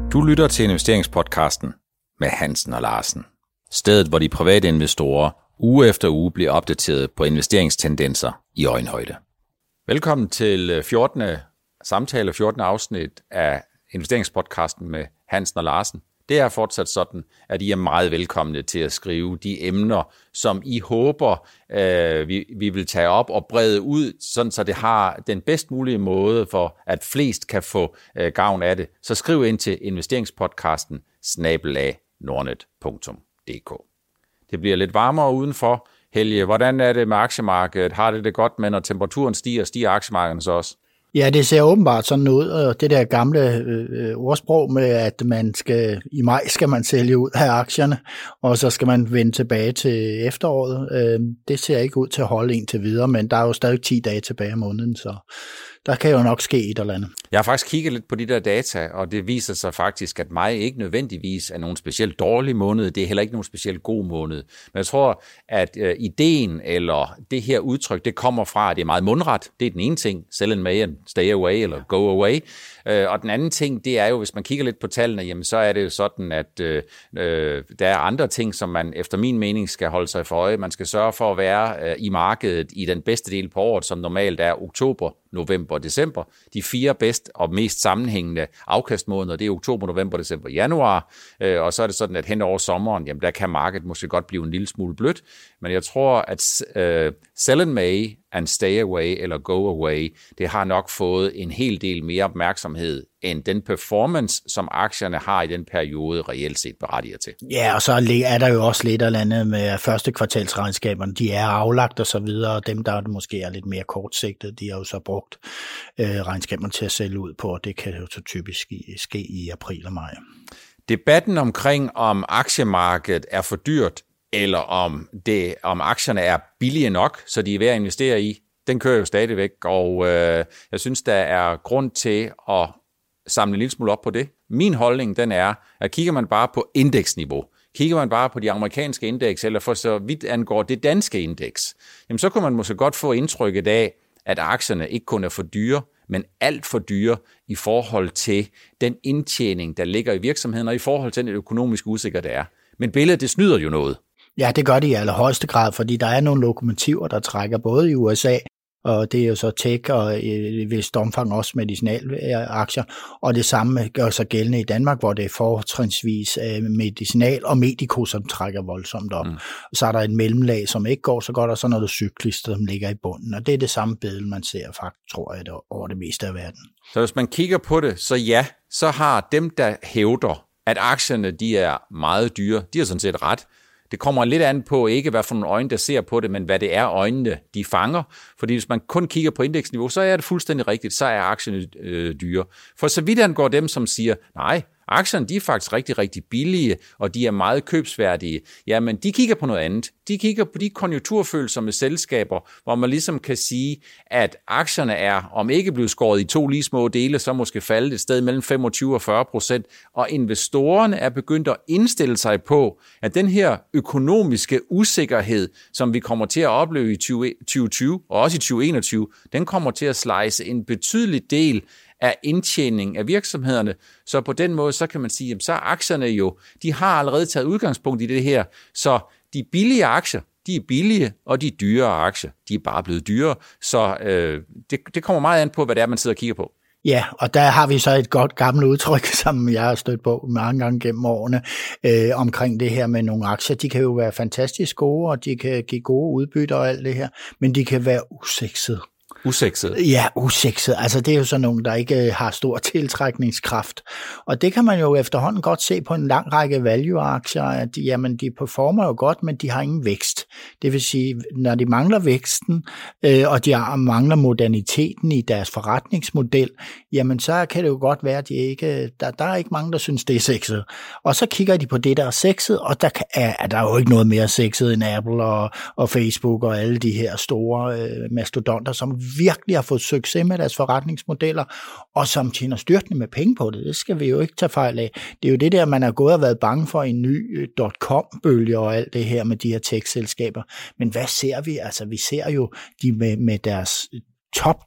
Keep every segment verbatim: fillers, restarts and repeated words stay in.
Du lytter til investeringspodcasten med Hansen og Larsen. Stedet, hvor de private investorer uge efter uge bliver opdateret på investeringstendenser i øjenhøjde. Velkommen til fjortende samtale, fjortende afsnit af investeringspodcasten med Hansen og Larsen. Det er fortsat sådan, at I er meget velkomne til at skrive de emner, som I håber, øh, vi, vi vil tage op og brede ud, sådan så det har den bedst mulige måde for, at flest kan få øh, gavn af det. Så skriv ind til investeringspodcasten snabel-a nordnet punktum d k. Det bliver lidt varmere udenfor. Helge, hvordan er det med aktiemarkedet? Har det det godt med, når temperaturen stiger, stiger aktiemarkedet så også? Ja, det ser åbenbart sådan ud, og det der gamle øh, ordsprog med, at man skal i maj skal man sælge ud af aktierne, og så skal man vende tilbage til efteråret. Øh, det ser ikke ud til at holde en til videre, men der er jo stadig ti dage tilbage om måneden, så der kan jo nok ske et eller andet. Jeg har faktisk kigget lidt på de der data, og det viser sig faktisk, at maj ikke nødvendigvis er nogen specielt dårlig måned. Det er heller ikke nogen specielt god måned. Men jeg tror, at øh, ideen eller det her udtryk, det kommer fra, at det er meget mundret. Det er den ene ting. Sell in May and stay away eller go away. Øh, og den anden ting, det er jo, hvis man kigger lidt på tallene, jamen så er det jo sådan, at øh, der er andre ting, som man efter min mening skal holde sig for øje. Man skal sørge for at være øh, i markedet i den bedste del på året, som normalt er oktober, november og december. De fire bedst og mest sammenhængende afkastmåneder, det er oktober, november, december, januar. Øh, og så er det sådan, at hen over sommeren, jamen der kan markedet måske godt blive en lille smule blødt. Men jeg tror, at øh, sell in May and stay away eller go away, det har nok fået en hel del mere opmærksomhed end den performance, som aktierne har i den periode reelt set berettiger til. Ja, og så er der jo også lidt eller andet med første kvartalsregnskaberne. De er aflagt og så videre, og dem, der måske er lidt mere kortsigtet, de har jo så brugt øh, regnskaberne til at sælge ud på, og det kan jo så typisk ske i april og maj. Debatten omkring, om aktiemarkedet er for dyrt, eller om, det, om aktierne er billige nok, så de er værd at investere i, den kører jo stadigvæk, og øh, jeg synes, der er grund til at samle en lille smule op på det. Min holdning, den er, at kigger man bare på indeksniveau, kigger man bare på de amerikanske indeks, eller for så vidt angår det danske indeks, jamen så kunne man måske godt få indtrykket af, at aktierne ikke kun er for dyre, men alt for dyre i forhold til den indtjening, der ligger i virksomheden, og i forhold til den økonomiske usikkerhed, der er. Men billedet, det snyder jo noget. Ja, det gør det i allerhøjeste grad, fordi der er nogle lokomotiver, der trækker både i U S A, og det er jo så tech og i vist omfang også medicinalaktier, og det samme gør sig gældende i Danmark, hvor det er fortrinsvis medicinal og medico, som trækker voldsomt op. Mm. Så er der et mellemlag, som ikke går så godt, og så noget cyklist, som ligger i bunden, og det er det samme billede, man ser faktisk, tror jeg, over det meste af verden. Så hvis man kigger på det, så ja, så har dem, der hævder, at aktierne de er meget dyre, de har sådan set ret. Det kommer lidt an på ikke, hvad for nogle øjne, der ser på det, men hvad det er øjnene, de fanger. Fordi hvis man kun kigger på indeksniveau, så er det fuldstændig rigtigt, så er aktierne øh, dyre. For så vidt angår dem, som siger, nej, aktierne de er faktisk rigtig, rigtig billige, og de er meget købsværdige. Jamen, de kigger på noget andet. De kigger på de konjunkturfølsomme selskaber, hvor man ligesom kan sige, at aktierne er, om ikke blevet skåret i to lige små dele, så måske faldet et sted mellem femogtyve og fyrre procent, og investorerne er begyndt at indstille sig på, at den her økonomiske usikkerhed, som vi kommer til at opleve i tyve tyve og også i tyve enogtyve, den kommer til at slice en betydelig del af indtjening af virksomhederne. Så på den måde, så kan man sige, at så aktierne jo, de har allerede taget udgangspunkt i det her. Så de billige aktier, de er billige, og de dyre aktier, de er bare blevet dyre. Så øh, det, det kommer meget an på, hvad det er, man sidder og kigger på. Ja, og der har vi så et godt gammelt udtryk, som jeg har stødt på mange gange gennem årene, øh, omkring det her med nogle aktier. De kan jo være fantastisk gode, og de kan give gode udbytter og alt det her, men de kan være usexede. Usekset? Ja, usekset. Altså det er jo sådan nogle, der ikke har stor tiltrækningskraft. Og det kan man jo efterhånden godt se på en lang række value-aktier, at jamen, de performer jo godt, men de har ingen vækst. Det vil sige, når de mangler væksten, øh, og de mangler moderniteten i deres forretningsmodel, jamen så kan det jo godt være, at de ikke, der, der er ikke mange, der synes, det er sexet. Og så kigger de på det, der er sexet, og der er, er der jo ikke noget mere sexet end Apple og, og Facebook og alle de her store øh, mastodonter, som virkelig har fået succes med deres forretningsmodeller, og som tjener styrtende med penge på det. Det skal vi jo ikke tage fejl af. Det er jo det der, man er gået og været bange for, en ny dot-com-bølge og alt det her med de her tech-selskaber. Men hvad ser vi? Altså, vi ser jo de med, med deres top, top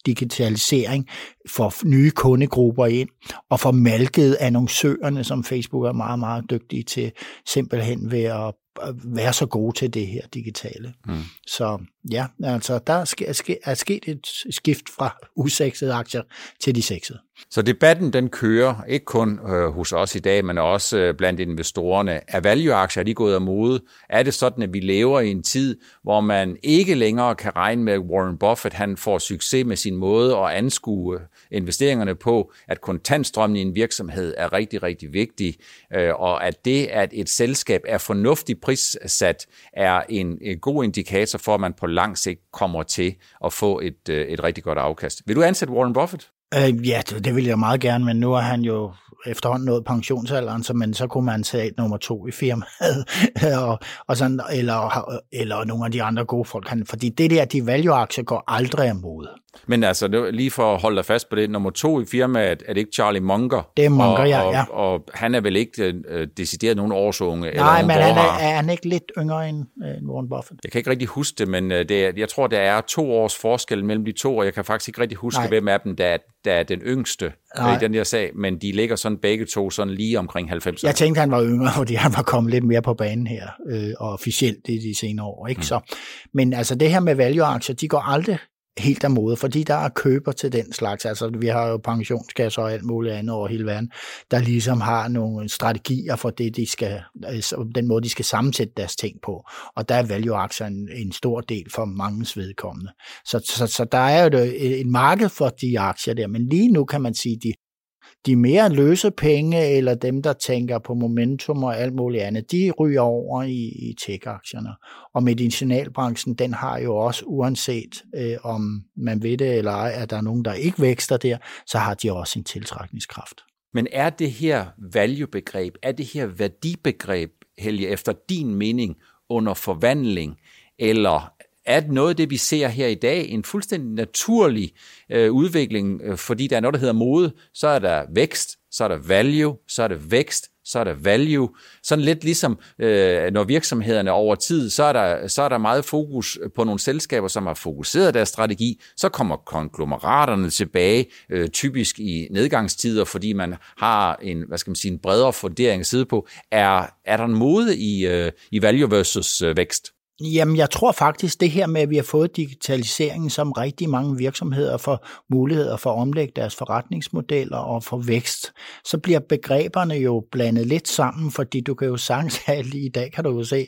digitalisering, får nye kundegrupper ind, og får malket annoncørerne, som Facebook er meget, meget dygtige til, simpelthen ved at være så gode til det her digitale. Mm. Så ja, altså der er, ske, er sket et skift fra usexede aktier til de sexede. Så debatten den kører ikke kun øh, hos os i dag, men også øh, blandt investorerne. Er value-aktier, er de gået af mode? Er det sådan, at vi lever i en tid, hvor man ikke længere kan regne med, at Warren Buffett han får succes med sin måde at anskue investeringerne på, at kontantstrømmen i en virksomhed er rigtig, rigtig vigtig, øh, og at det, at et selskab er fornuftigt prissat, er en, en god indikator for, at man på lang sigt kommer til at få et, øh, et rigtig godt afkast. Vil du ansætte Warren Buffett? Øh, ja, det, det vil jeg meget gerne, men nu er han jo efterhånden nået pensionsalderen, så, men så kunne man tage et nummer to i firmaet, og, og sådan, eller, eller nogle af de andre gode folk. Fordi det der, de value-aktier går aldrig af mode. Men altså, lige for at holde dig fast på det, nummer to i firmaet, er det ikke Charlie Munger? Det er Munger, og, ja, og, ja. Og, og han er vel ikke uh, decideret nogen årsunge? Nej, eller men nogen han er, er han ikke lidt yngre end, end Warren Buffett? Jeg kan ikke rigtig huske det, men det er, jeg tror, der er to års forskel mellem de to, og jeg kan faktisk ikke rigtig huske, Nej. hvem af dem, der er, der er den yngste Nej. i den der sag, men de ligger sådan begge to sådan lige omkring halvfems. Jeg tænkte, han var yngre, fordi han var kommet lidt mere på banen her, øh, og officielt i de senere år. Ikke? Mm. Så, men altså det her med value-aktier, de går aldrig helt af mode, fordi der er køber til den slags. Altså vi har jo pensionskasser og alt muligt andet over hele verden, der ligesom har nogle strategier for det, de skal, den måde, de skal sammensætte deres ting på. Og der er value-aktier en, en stor del for manges vedkommende. Så, så, så der er jo et, et marked for de aktier der, men lige nu kan man sige, de De mere løse penge, eller dem, der tænker på momentum og alt muligt andet, de ryger over i, i tech-aktierne. Og medicinalbranchen, den har jo også, uanset øh, om man ved det eller ej, at der er nogen, der ikke vækster der, så har de også en tiltrækningskraft. Men er det her value-begreb, er det her værdibegreb, Helge, efter din mening under forvandling, eller er det noget af det, vi ser her i dag, en fuldstændig naturlig øh, udvikling, øh, fordi der er noget, der hedder mode, så er der vækst, så er der value, så er der vækst, så er der value. Sådan lidt ligesom, øh, når virksomhederne over tid, så er, der, så er der meget fokus på nogle selskaber, som har fokuseret deres strategi, så kommer konglomeraterne tilbage, øh, typisk i nedgangstider, fordi man har en, hvad skal man sige, en bredere fundering at sidde på. Er, er der en mode i, øh, i value versus øh, vækst? Jamen, jeg tror faktisk, det her med, at vi har fået digitaliseringen, som rigtig mange virksomheder får muligheder for at omlægge deres forretningsmodeller og for vækst, så bliver begreberne jo blandet lidt sammen, fordi du kan jo sagtens have, lige i dag kan du jo se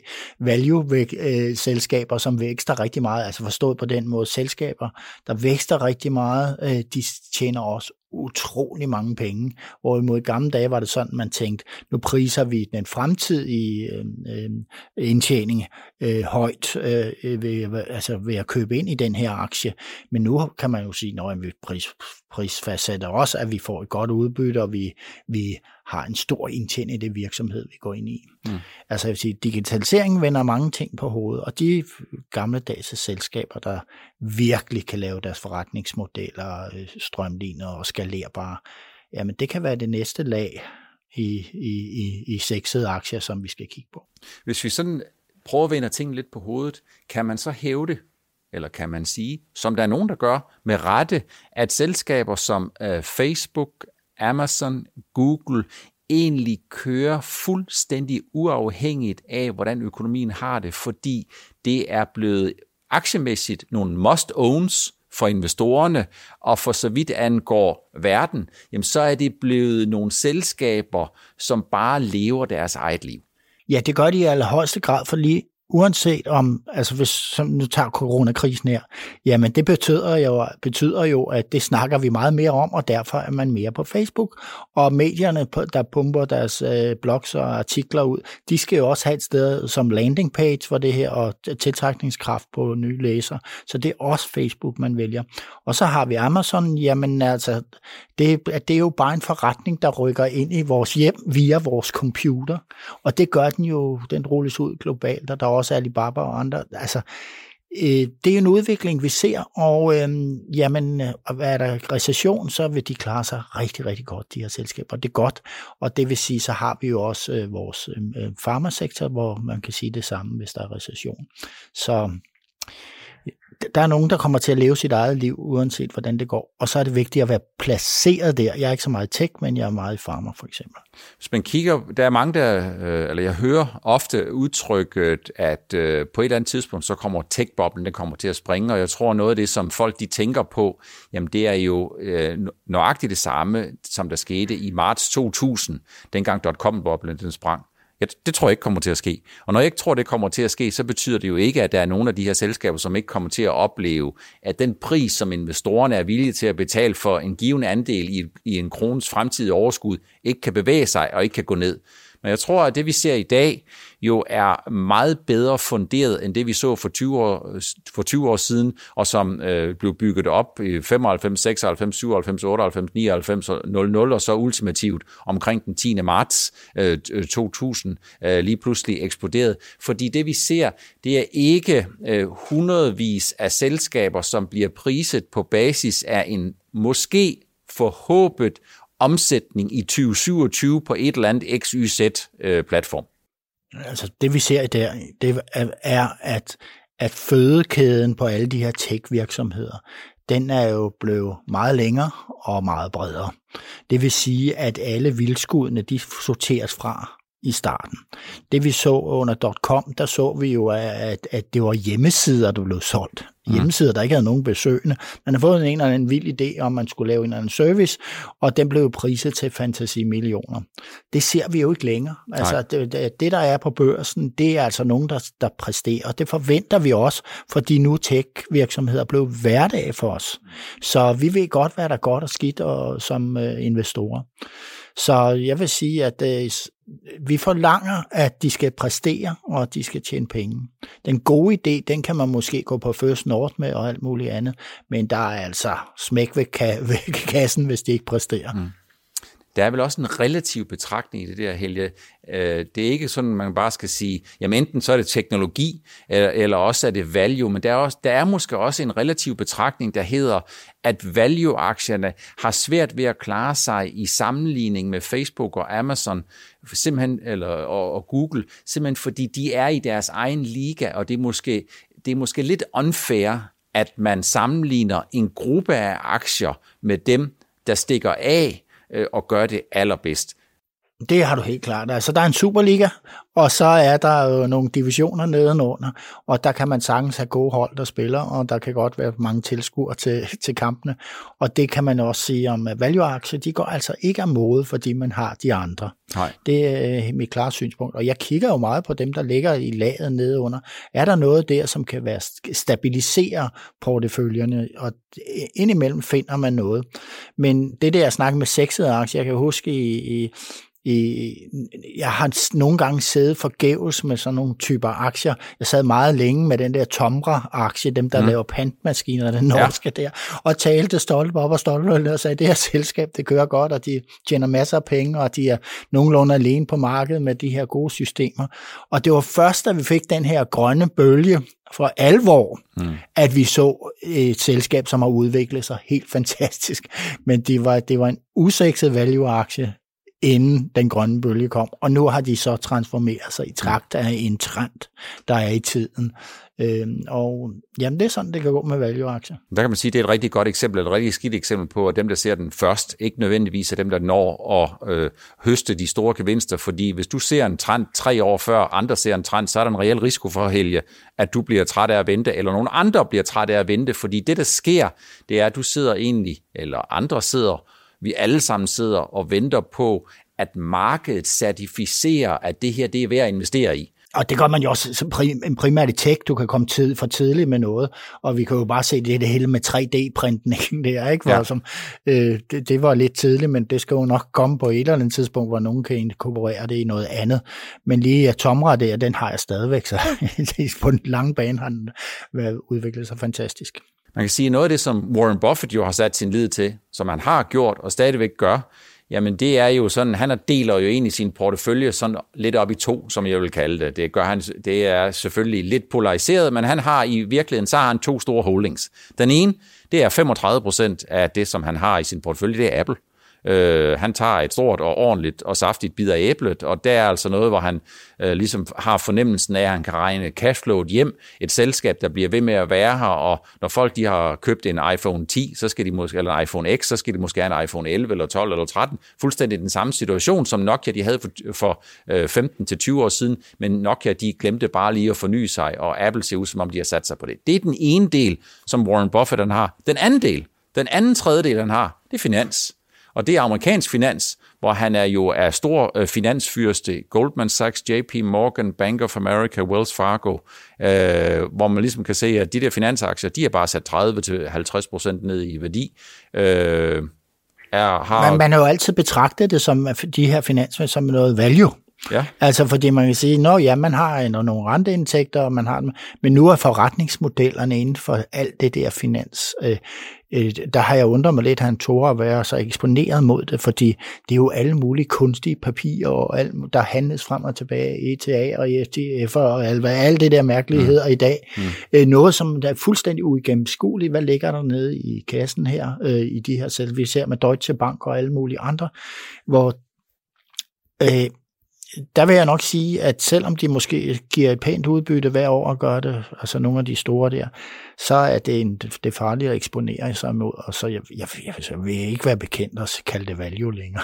value-selskaber, som vækster rigtig meget, altså forstået på den måde, selskaber, der vækster rigtig meget, de tjener også utrolig mange penge, hvorimod i gamle dage var det sådan, man tænkte, nu priser vi den fremtidige øh, øh, indtjening øh, højt øh, ved, altså ved at købe ind i den her aktie, men nu kan man jo sige, at vi pris, prisfastsætter også, at vi får et godt udbytte, og vi, vi har en stor indtjening i det virksomhed, vi går ind i. Mm. Altså jeg vil sige, digitaliseringen vender mange ting på hovedet, og de gamledags selskaber, der virkelig kan lave deres forretningsmodeller strømliner og skalerbare, jamen det kan være det næste lag i, i, i, i sexede aktier, som vi skal kigge på. Hvis vi sådan prøver at vende tingene lidt på hovedet, kan man så hævde, eller kan man sige, som der er nogen, der gør med rette, at selskaber som øh, Facebook, Amazon, Google egentlig kører fuldstændig uafhængigt af, hvordan økonomien har det, fordi det er blevet aktiemæssigt nogle must-owns for investorerne, og for så vidt angår verden, jamen så er det blevet nogle selskaber, som bare lever deres eget liv. Ja, det gør de i allerhøjeste grad, for lige uanset om, altså hvis som nu tager coronakrisen her, jamen det betyder jo, betyder jo, at det snakker vi meget mere om, og derfor er man mere på Facebook. Og medierne, der pumper deres øh, blogs og artikler ud, de skal jo også have et sted som landing page for det her, og tiltrækningskraft på nye læsere. Så det er også Facebook, man vælger. Og så har vi Amazon, jamen altså, det, det er jo bare en forretning, der rykker ind i vores hjem via vores computer. Og det gør den jo, den rulles ud globalt, og der er også Alibaba og andre. Altså, øh, det er en udvikling, vi ser, og øh, jamen, hvad er der recession, så vil de klare sig rigtig, rigtig godt, de her selskaber. Det er godt, og det vil sige, så har vi jo også øh, vores øh, farmasektor, hvor man kan sige det samme, hvis der er recession. Så der er nogen, der kommer til at leve sit eget liv, uanset hvordan det går. Og så er det vigtigt at være placeret der. Jeg er ikke så meget tech, men jeg er meget i farmer, for eksempel. Hvis man kigger, der er mange, der, eller jeg hører ofte udtrykket, at på et eller andet tidspunkt, så kommer tech-boblen, den kommer til at springe, og jeg tror noget af det, som folk de tænker på, jamen det er jo nøjagtigt det samme, som der skete i marts to tusind, dengang dot-com-boblen den sprang. Ja, det tror jeg ikke kommer til at ske. Og når jeg ikke tror, det kommer til at ske, så betyder det jo ikke, at der er nogle af de her selskaber, som ikke kommer til at opleve, at den pris, som investorerne er villige til at betale for en given andel i, i en krones fremtidige overskud, ikke kan bevæge sig og ikke kan gå ned. Men jeg tror, at det, vi ser i dag, jo er meget bedre funderet, end det, vi så for tyve år, for tyve år siden, og som øh, blev bygget op i femoghalvfems, seksoghalvfems, syvoghalvfems, otteoghalvfems, nioghalvfems, nul nul, og så ultimativt omkring den tiende marts øh, to tusind øh, lige pludselig eksploderet. Fordi det, vi ser, det er ikke øh, hundredvis af selskaber, som bliver priset på basis af en måske forhåbet omsætning i tyve syvogtyve på et eller andet X Y Z-platform. Altså det vi ser der, det er, at, at fødekæden på alle de her tech-virksomheder, den er jo blevet meget længere og meget bredere. Det vil sige, at alle vildskuddene, de sorteres fra i starten. Det vi så under dot-com, der så vi jo, at, at det var hjemmesider, der blev solgt. Hjemmesider, der ikke havde nogen besøgende. Man har fået en eller anden vild idé, om man skulle lave en eller anden service, og den blev priset til fantasimillioner. Det ser vi jo ikke længere. Altså, det, det, der er på børsen, det er altså nogen, der, der præsterer. Det forventer vi også, fordi nu tech-virksomheder blev hverdag for os. Så vi ved godt, hvad der er godt og skidt og, som uh, investorer. Så jeg vil sige, at øh, vi forlanger, at de skal præstere, og at de skal tjene penge. Den gode idé, den kan man måske gå på First North med og alt muligt andet, men der er altså smæk ved, ka- ved kassen, hvis de ikke præsterer. Mm. Der er vel også en relativ betragtning i det der, Helge. Det er ikke sådan, man bare skal sige, jamen enten så er det teknologi, eller, eller også er det value, men der er, også, der er måske også en relativ betragtning, der hedder, at value-aktierne har svært ved at klare sig i sammenligning med Facebook og Amazon, simpelthen, eller, og, og Google, simpelthen fordi de er i deres egen liga, og det er måske, det er måske lidt unfair, at man sammenligner en gruppe af aktier med dem, der stikker af, og gør det allerbedst. Det har du helt klart. Altså, der er en Superliga, og så er der jo nogle divisioner nedenunder, og der kan man sagtens have gode hold, der spiller, og der kan godt være mange tilskuere til, til kampene. Og det kan man også sige om value-aktier. De går altså ikke af mode, fordi man har de andre. Nej. Det er mit klare synspunkt. Og jeg kigger jo meget på dem, der ligger i laget nedenunder. Er der noget der, som kan være stabilisere porteføljerne, og indimellem finder man noget. Men det der at snakke med sexede aktier, jeg kan huske i, i I, jeg har nogle gange siddet forgæves med sådan nogle typer aktier. Jeg sad meget længe med den der Tomra-aktie, dem der mm. laver pantmaskiner, den norske ja. der, og talte stolt op og stolt og sagde, det her selskab, det kører godt, og de tjener masser af penge, og de er nogenlunde alene på markedet med de her gode systemer. Og det var først, da vi fik den her grønne bølge for alvor, mm. at vi så et selskab, som har udviklet sig helt fantastisk. Men det var, det var en usekset value-aktie, inden den grønne bølge kom, og nu har de så transformeret sig i trakt af en trend, der er i tiden. Øhm, og jamen, det er sådan, det kan gå med value-aktier. Der kan man sige, det er et rigtig godt eksempel, et rigtig skidt eksempel på, at dem, der ser den først, ikke nødvendigvis er dem, der når at øh, høste de store gevinster, fordi hvis du ser en trend tre år før andre ser en trend, så er der en reel risiko for, Helge, at du bliver træt af at vente, eller nogen andre bliver træt af at vente, fordi det, der sker, det er, at du sidder egentlig, eller andre sidder, vi alle sammen sidder og venter på, at markedet certificerer, at det her det er værd at investere i. Og det gør man jo også primært i tech. Du kan komme tid, for tidligt med noget, og vi kan jo bare se det, det hele med tre D-printning der, ikke? Ja. Som, øh, det, det var lidt tidligt, men det skal jo nok komme på et eller andet tidspunkt, hvor nogen kan inkorporere det i noget andet. Men lige Tomra der, den har jeg stadigvæk, så på den lange bane har den udviklet sig fantastisk. Man kan sige, at noget af det, som Warren Buffett jo har sat sin lid til, som han har gjort og stadigvæk gør, jamen det er jo sådan, han deler jo egentlig sin portefølje sådan lidt op i to, som jeg vil kalde det. Det gør han, det er selvfølgelig lidt polariseret, men han har i virkeligheden, så har han to store holdings. Den ene, det er femogtredive procent af det, som han har i sin portefølje, det er Apple. Øh, han tager et stort og ordentligt og saftigt bid af æblet, og der er altså noget, hvor han øh, ligesom har fornemmelsen af, at han kan regne cashflowet hjem, et selskab, der bliver ved med at være her, og når folk de har købt en iPhone ti, så skal de måske, eller en iPhone X, så skal de måske have en iPhone elleve, eller tolv, eller tretten. Fuldstændig den samme situation, som Nokia de havde for, for øh, femten til tyve år siden, men Nokia de glemte bare lige at forny sig, og Apple ser ud, som om de har sat sig på det. Det er den ene del, som Warren Buffett han har. Den anden del, den anden tredjedel, han har, det er finans. Og det er amerikansk finans, hvor han er jo er stor øh, finansfyrste, Goldman Sachs, J P Morgan, Bank of America, Wells Fargo, øh, hvor man ligesom kan se, at de der finansaktier, de er bare sat tredive til halvtreds procent ned i værdi. Øh, er, har... man, man har jo altid betragtet det som, de her finans som noget value. Ja. Altså fordi man kan sige, nå ja, man har nogle renteindtægter, og man har, men nu er forretningsmodellerne inden for alt det der finans, øh, øh, der har jeg undret mig lidt, at han tog at være så eksponeret mod det, fordi det er jo alle mulige kunstige papirer, og alt, der handles frem og tilbage, E T A og E F T F og alt, alt det der mærkeligheder mm. i dag. Mm. Øh, noget, som der er fuldstændig uigennemskueligt. Hvad ligger der nede i kassen her, øh, i de her selv, vi ser med Deutsche Bank og alle mulige andre, hvor øh, der vil jeg nok sige, at selvom de måske giver et pænt udbytte hver år og gør det, altså nogle af de store der, så er det, en, det er farligt at eksponere sig mod, og så jeg, jeg, jeg, jeg vil ikke være bekendt at kalde det value længere.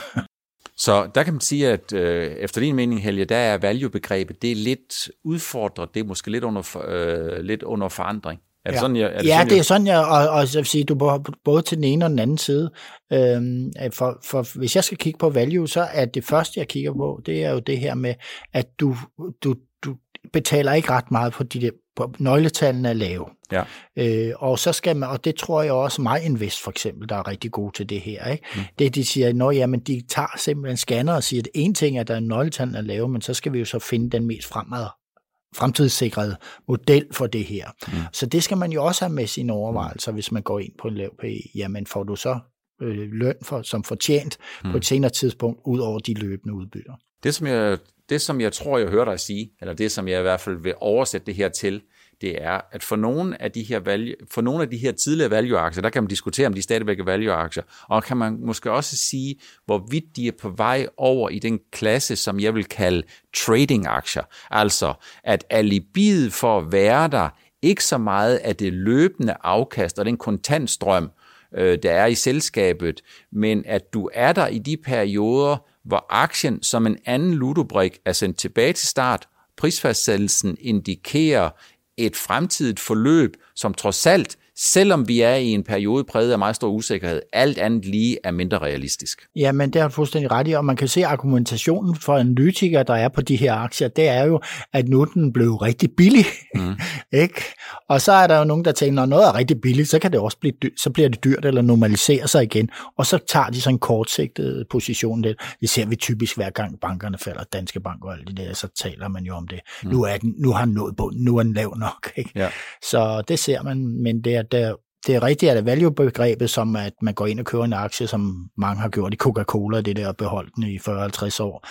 Så der kan man sige, at øh, efter din mening, Helge, der er value-begrebet, det er lidt udfordret, det er måske lidt under, øh, lidt under forandring. Er det ja, sådan, jeg, er det, ja sådan, det er sådan, jeg, og, og jeg vil sige, du er både til den ene og den anden side. Øhm, for, for hvis jeg skal kigge på value, så er det første, jeg kigger på, det er jo det her med, at du, du, du betaler ikke ret meget på de der, på nøgletallene er lave. Ja. Øh, og så skal man, og det tror jeg også, MyInvest for eksempel, der er rigtig gode til det her, ikke? Mm. Det de siger, nå jamen, de tager simpelthen scanner og siger, at en ting er, at der er nøgletallene er lave, men så skal vi jo så finde den mest fremad fremtidssikret model for det her. Mm. Så det skal man jo også have med sine overvejelser, hvis man går ind på en lav P E. Jamen får du så øh, løn for, som fortjent mm. på et senere tidspunkt, ud over de løbende udbytter. Det som, jeg, det, som jeg tror, jeg hører dig sige, eller det, som jeg i hvert fald vil oversætte det her til, det er, at for nogle af de her, value, for nogle af de her tidligere value-aktier, der kan man diskutere, om de stadigvæk er value-aktier, og kan man måske også sige, hvorvidt de er på vej over i den klasse, som jeg vil kalde trading-aktier. Altså, at alibiet for at være der, ikke så meget af det løbende afkast og den kontantstrøm, øh, der er i selskabet, men at du er der i de perioder, hvor aktien som en anden ludobrik er sendt tilbage til start. Prisfastsættelsen indikerer et fremtidigt forløb, som trods alt, selvom vi er i en periode præget af meget stor usikkerhed, alt andet lige er mindre realistisk. Ja, men det har du fuldstændig ret i, og man kan se argumentationen for analytikere, der er på de her aktier, det er jo, at nu den blev rigtig billig, mm. ikke? Og så er der jo nogen, der tænker, når noget er rigtig billigt, så kan det også blive dyrt, så bliver det dyrt eller normaliserer sig igen, og så tager de så en kortsigtet position lidt. Det ser vi typisk hver gang bankerne falder, Danske Bank og alt det der, så taler man jo om det. Mm. Nu er den, nu har den nået bunden, nu er den lav nok, ikke? Ja. Så det ser man, men det er der, det er rigtigt, at det value-begrebet, som at man går ind og køber en aktie, som mange har gjort i Coca-Cola, det der beholdt den i fyrre til halvtreds år,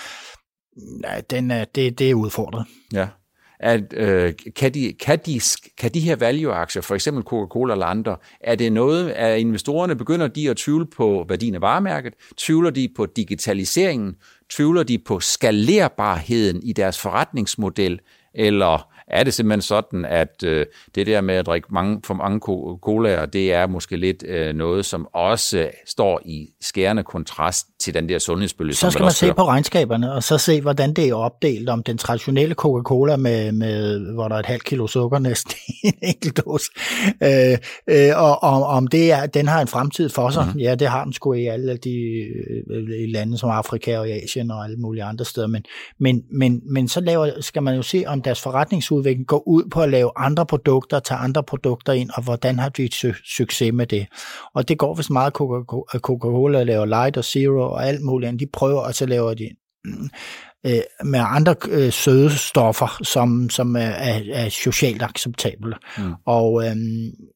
ja, den er, det, det er udfordret. Ja. At, øh, kan, de, kan, de, kan de her value-aktier, for eksempel Coca-Cola eller andre, er det noget, at investorerne begynder de at tvivle på værdien af varemærket? Tvivler de på digitaliseringen? Tvivler de på skalerbarheden i deres forretningsmodel? Eller er det simpelthen sådan, at øh, det der med at drikke mange, for mange colaer, det er måske lidt øh, noget, som også står i skærende kontrast til den der sundhedsbølge? Så skal man se på regnskaberne, og så se, hvordan det er opdelt, om den traditionelle Coca-Cola, med, med, hvor der er et halvt kilo sukker næsten i en enkelt dåse, øh, øh, og om, om det er, den har en fremtid for sig. Mm-hmm. Ja, det har den sgu i alle de øh, lande som Afrika og Asien og alle mulige andre steder, men, men, men, men så laver, skal man jo se, om deres forretningsudvikling går ud på at lave andre produkter, tage andre produkter ind, og hvordan har de su- succes med det. Og det går vist meget, Coca-Cola, Coca-Cola laver Light og Zero og alt muligt andet. De prøver, og så laver de øh, med andre øh, søde stoffer, som, som er, er, er socialt acceptable. Mm. Og øh,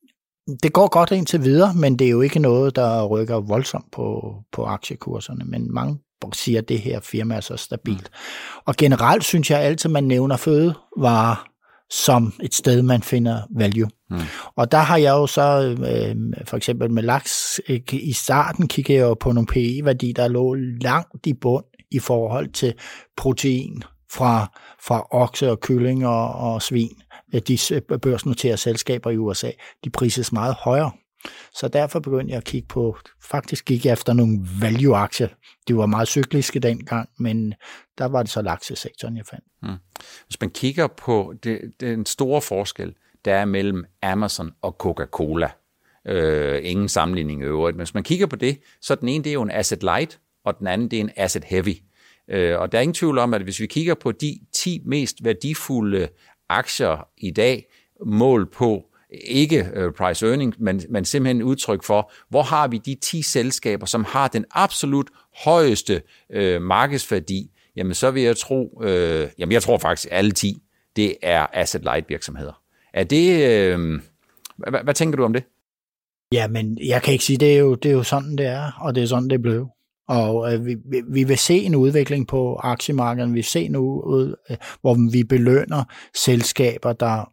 det går godt indtil videre, men det er jo ikke noget, der rykker voldsomt på, på aktiekurserne, men mange siger, at det her firma er så stabilt. Mm. Og generelt synes jeg altid, man nævner fødevarer som et sted, man finder value. Mm. Og der har jeg jo så, øh, for eksempel med laks, øh, i starten kiggede jeg jo på nogle P E-værdi, der lå langt i bund i forhold til protein fra, fra okse og kylling og, og svin. De børsnoterede selskaber i U S A, de prises meget højere. Så derfor begyndte jeg at kigge på, faktisk gik jeg efter nogle value-aktier. De var meget cykliske dengang, men der var det så laksesektoren, jeg fandt. Mm. Hvis man kigger på det, den store forskel, der er mellem Amazon og Coca-Cola, øh, ingen sammenligning i øvrigt, men hvis man kigger på det, så den ene det er jo en asset light, og den anden det er en asset heavy. Øh, og der er ingen tvivl om, at hvis vi kigger på de ti mest værdifulde aktier i dag, mål på ikke uh, price earning, men, men simpelthen udtryk for, hvor har vi de ti selskaber, som har den absolut højeste uh, markedsværdi, jamen så vil jeg tro, uh, jamen jeg tror faktisk alle ti, det er asset light virksomheder. Er det, uh, hvad, hvad tænker du om det? Ja, men jeg kan ikke sige, det er jo, det er jo sådan, det er, og det er sådan, det blev. Og øh, vi, vi vil se en udvikling på aktiemarkedet, vi vil se nu, ud, øh, hvor vi belønner selskaber, der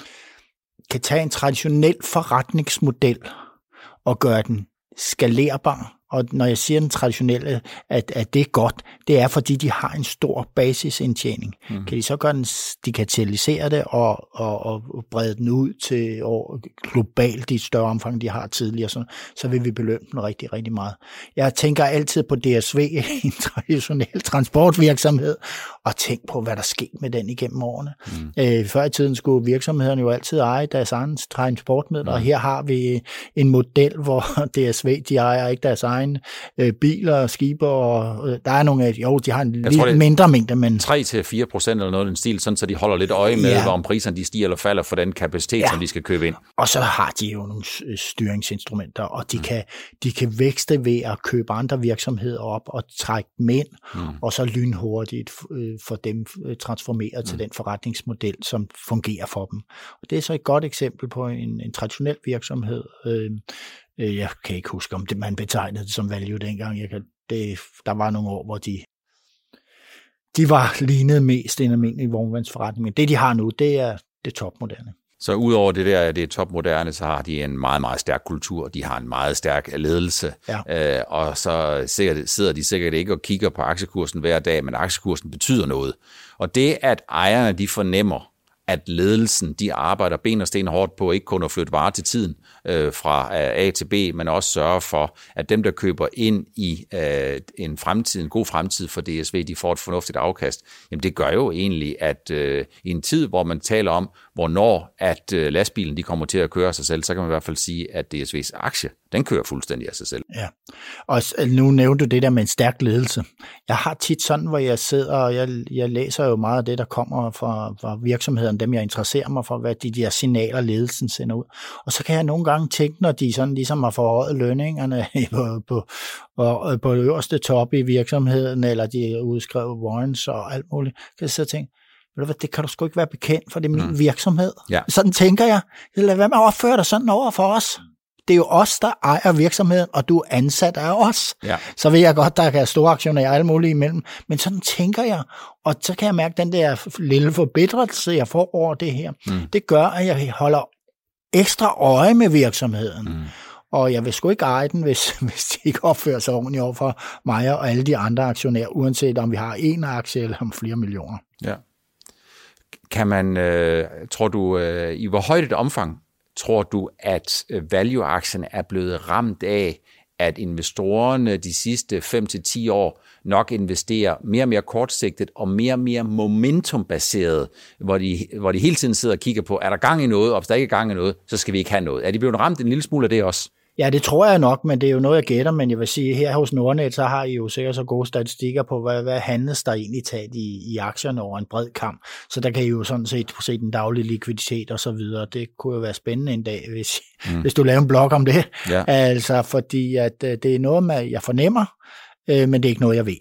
kan tage en traditionel forretningsmodel og gøre den skalerbar. Og når jeg siger den traditionelle, at, at det er godt, det er, fordi de har en stor basisindtjening. Mm. Kan de så gøre den, de kan digitalisere det og, og, og brede den ud til og globalt i større omfang, de har tidligere, så, så vil vi belønne den rigtig, rigtig meget. Jeg tænker altid på D S V, en traditionel transportvirksomhed, og tænk på, hvad der sker med den igennem årene. Mm. Øh, før i tiden skulle virksomhederne jo altid eje deres egen transportmidler, mm. og her har vi en model, hvor D S V, de ejer ikke deres egen øh, biler, skibe, og øh, der er nogle af, jo, de har en lidt tror, mindre mængde, men tre til fire procent eller noget af den stil, sådan så de holder lidt øje med, ja. hvor om priserne de stiger eller falder for den kapacitet, ja. som de skal købe ind. Og så har de jo nogle styringsinstrumenter, og de, mm. kan, de kan vækste ved at købe andre virksomheder op og trække dem ind, mm. og så lynhurtigt øh, for dem øh, transformeret mm. til den forretningsmodel, som fungerer for dem. Og det er så et godt eksempel på en, en traditionel virksomhed. Øh, Jeg kan ikke huske, om det, man betegnede det som value dengang. Jeg kan, det, der var nogle år, hvor de, de var lignet mest en almindelig vognmandsforretning. Men det, de har nu, det er det topmoderne. Så udover det der, det er topmoderne, så har de en meget, meget stærk kultur. De har en meget stærk ledelse. Ja. Øh, og så sidder de sikkert ikke og kigger på aktiekursen hver dag, men aktiekursen betyder noget. Og det, at ejerne de fornemmer, at ledelsen, de arbejder ben og sten hårdt på ikke kun at flytte varer til tiden øh, fra A til B, men også sørge for, at dem, der køber ind i øh, en fremtid, en god fremtid for D S V, de får et fornuftigt afkast. Jamen det gør jo egentlig, at øh, i en tid, hvor man taler om, hvornår at øh, lastbilen de kommer til at køre sig selv, så kan man i hvert fald sige, at D S V's aktie, den kører fuldstændig af sig selv. Ja, og nu nævnte du det der med en stærk ledelse. Jeg har tit sådan, hvor jeg sidder, og jeg, jeg læser jo meget af det, der kommer fra, fra virksomheden, dem jeg interesserer mig for, hvad de der signaler, ledelsen sender ud. Og så kan jeg nogle gange tænke, når de sådan ligesom har forhøjet lønningerne på, på, på, på øverste top i virksomheden, eller de har udskrevet warrants og alt muligt, kan jeg så tænke, ved du hvad, det kan du sgu ikke være bekendt, for det er min mm. virksomhed. Ja. Sådan tænker jeg. Lad være med at opføre dig sådan over for os. Det er jo os, der ejer virksomheden, og du er ansat af os. Ja. Så ved jeg godt, der kan store aktionærer og alt muligt imellem. Men sådan tænker jeg, og så kan jeg mærke den der lille forbedrelse, jeg får over det her. Mm. Det gør, at jeg holder ekstra øje med virksomheden. Mm. Og jeg vil sgu ikke eje den, hvis, hvis de ikke opfører sig ordentligt over for mig og alle de andre aktionærer, uanset om vi har en aktie eller om flere millioner. Ja. Kan man, øh, tror du, øh, i hvor højt et omfang, tror du, at value-aktien er blevet ramt af, at investorerne de sidste fem til ti år nok investerer mere og mere kortsigtet og mere og mere momentumbaseret, hvor de, hvor de hele tiden sidder og kigger på, er der gang i noget, og hvis der ikke er gang i noget, så skal vi ikke have noget. Er de blevet ramt en lille smule af det også? Ja, det tror jeg nok, men det er jo noget, jeg gætter, men jeg vil sige, her hos Nordnet, så har I jo sikkert så gode statistikker på, hvad, hvad handles der egentlig taget i, i aktierne over en bred kamp. Så der kan I jo sådan set se den daglige likviditet og så videre. Det kunne jo være spændende en dag, hvis, mm. hvis du laver en blog om det. Ja. Altså, fordi at det er noget, med, jeg fornemmer, øh, men det er ikke noget, jeg ved.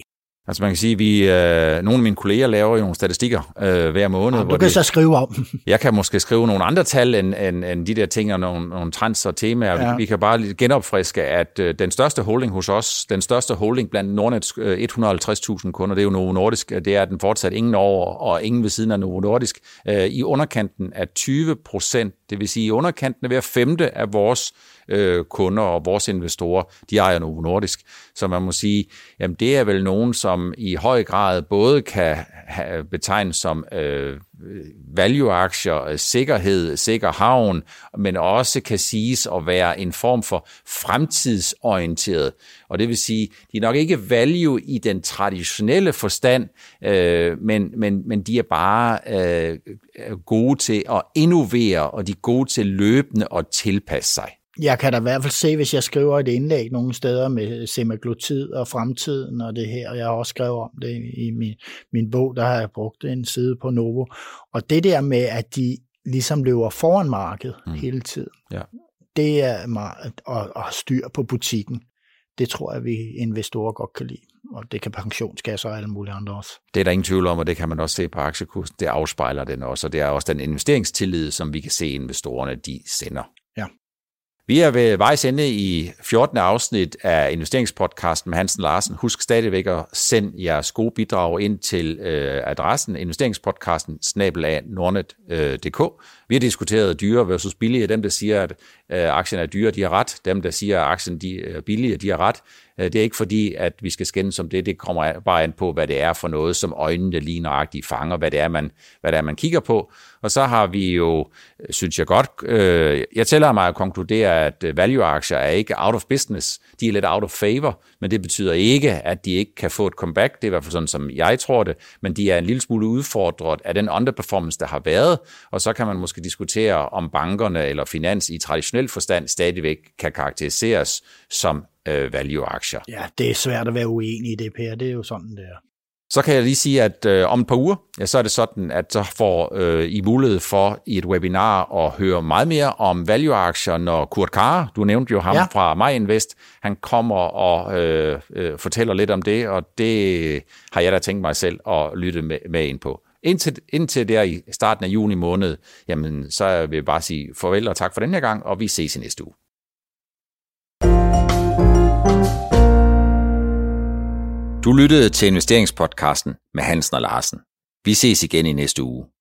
Altså man kan sige, at vi, øh, nogle af mine kolleger laver jo nogle statistikker øh, hver måned. Ja, du kan det, så skrive om. Jeg kan måske skrive nogle andre tal end, end, end de der ting og nogle, nogle trends og temaer. Ja. Vi, vi kan bare genopfriske, at øh, den største holding hos os, den største holding blandt Nordnets øh, et hundrede og halvtreds tusind kunder, det er jo Novo Nordisk. Det er den fortsat ingen over og ingen ved siden af Novo Nordisk. Øh, I underkanten af tyve procent, det vil sige i underkanten af hver femte af vores øh, kunder og vores investorer, de ejer Novo Nordisk. Så man må sige, jamen det er vel nogen, som i høj grad både kan have betegnes som øh, value-aktier, sikkerhed, sikker havn, men også kan siges at være en form for fremtidsorienteret. Og det vil sige, de er nok ikke value i den traditionelle forstand, øh, men, men, men de er bare øh, gode til at innovere, og de er gode til løbende at tilpasse sig. Jeg kan da i hvert fald se, hvis jeg skriver et indlæg nogle steder med semaglutid og fremtiden og det her, og jeg har også skrevet om det i min, min bog, der har jeg brugt en side på Novo. Og det der med, at de ligesom løber foran markedet mm. hele tiden, ja. det er meget at, at styr på butikken. Det tror jeg, vi investorer godt kan lide, og det kan pensionskasser og alle mulige andre også. Det er der ingen tvivl om, og det kan man også se på aktiekursen. Det afspejler den også, og det er også den investeringstillid, som vi kan se investorerne, de sender. Ja. Vi er ved vejs ende i fjortende afsnit af investeringspodcasten med Hansen Larsen. Husk stadigvæk at sende jeres gode bidrag ind til øh, adressen investeringspodcasten snabel-a nordnet punktum d k. Vi har diskuteret dyre versus billige. Dem, der siger, at øh, aktien er dyre, de har ret. Dem, der siger, at aktien de er billige, de har ret. Det er ikke fordi, at vi skal skændes om det. Det kommer bare an på, hvad det er for noget, som øjnene lige nøjagtigt fanger, hvad det er, man, hvad det er, man kigger på. Og så har vi jo, synes jeg godt, øh, jeg tæller mig at konkludere, at value-aktier er ikke out of business. De er lidt out of favor, men det betyder ikke, at de ikke kan få et comeback. Det er i hvert fald sådan, som jeg tror det. Men de er en lille smule udfordret af den underperformance, der har været. Og så kan man måske diskutere, om bankerne eller finans i traditionel forstand stadigvæk kan karakteriseres som value-aktier. Ja, det er svært at være uenig i det, Per. Det er jo sådan, det er. Så kan jeg lige sige, at øh, om et par uger, ja, så er det sådan, at så får øh, I mulighed for i et webinar at høre meget mere om value-aktier, når Kurt Karre, du nævnte jo ham ja. fra MyInvest, han kommer og øh, øh, fortæller lidt om det, og det har jeg da tænkt mig selv at lytte med, med ind på. Indtil, indtil der i starten af juni måned, jamen, så vil jeg bare sige farvel og tak for den her gang, og vi ses i næste uge. Du lyttede til investeringspodcasten med Hansen og Larsen. Vi ses igen i næste uge.